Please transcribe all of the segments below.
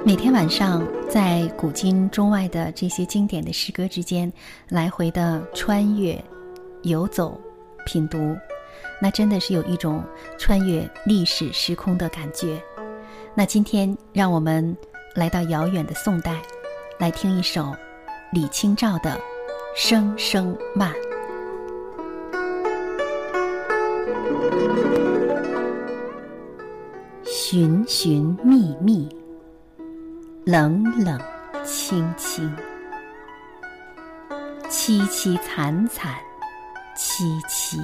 每天晚上在古今中外的这些经典的诗歌之间来回的穿越游走品读，那真的是有一种穿越历史时空的感觉。那今天让我们来到遥远的宋代，来听一首李清照的《声声慢》。寻寻觅觅，冷冷清清，凄凄惨惨戚戚。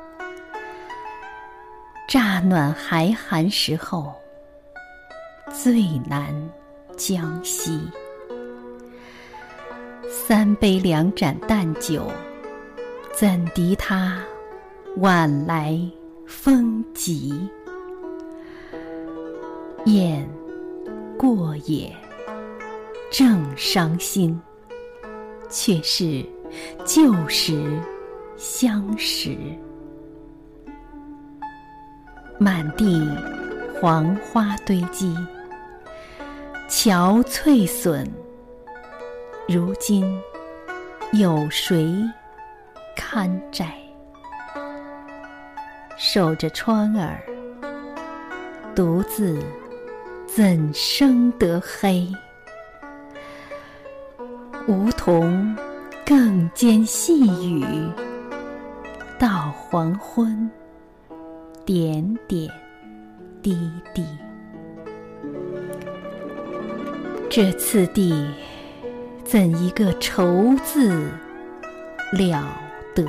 乍暖还寒时候，最难将息。3杯2盏淡酒，怎敌他晚来风急。雁过也正伤心，却是旧时相识。满地黄花堆积，憔悴损，如今有谁堪摘？守着窗儿，独自怎生得黑？梧桐更兼细雨，到黄昏点点滴滴。这次第怎一个愁字了得？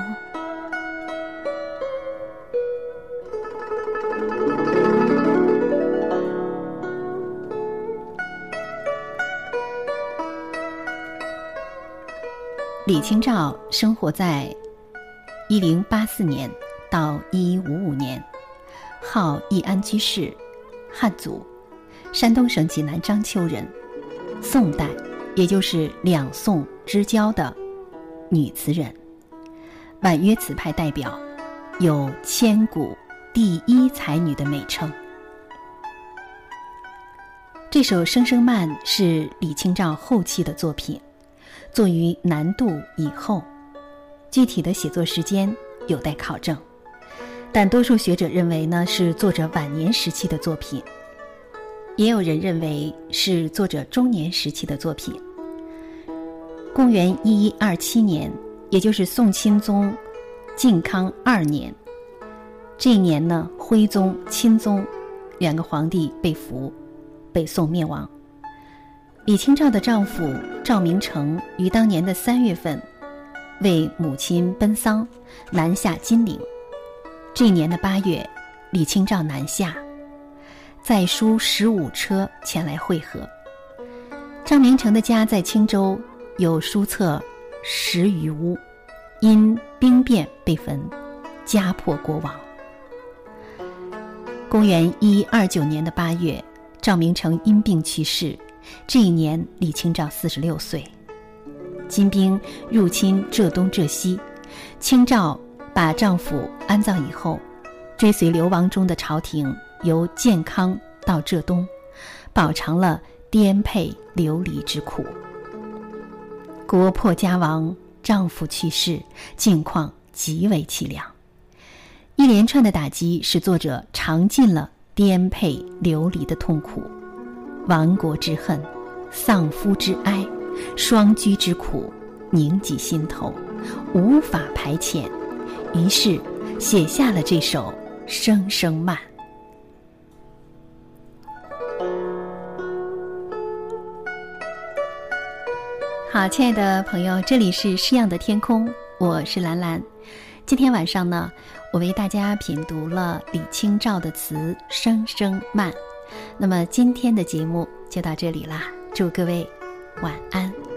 李清照生活在1084年到1155年，号义安居士，汉族，山东省济南章丘人，宋代，也就是两宋之交的女词人，婉约词派代表，有千古第一才女的美称。这首《声声慢》是李清照后期的作品，作于南渡以后，具体的写作时间有待考证，但多数学者认为呢是作者晚年时期的作品，也有人认为是作者中年时期的作品。公元1127年，也就是宋钦宗靖康2年，这一年呢，徽宗、钦宗2个皇帝被俘，北宋灭亡。李清照的丈夫赵明诚于当年的3月份为母亲奔丧，南下金陵。这一年的8月，李清照南下，载书15车前来会合。赵明诚的家在青州，有书册10余屋，因兵变被焚，家破国亡。公元1129年的8月，赵明诚因病去世，这一年李清照46岁。金兵入侵浙东浙西，清照把丈夫安葬以后，追随流亡中的朝廷，由建康到浙东，饱尝了颠沛流离之苦。国破家亡，丈夫去世，境况极为凄凉。一连串的打击使作者尝尽了颠沛流离的痛苦，亡国之恨，丧夫之哀，双居之苦，凝积心头，无法排遣，于是写下了这首《声声慢》。好，亲爱的朋友，这里是诗样的天空，我是兰兰。今天晚上呢，我为大家品读了李清照的词《声声慢》。那么今天的节目就到这里啦，祝各位晚安。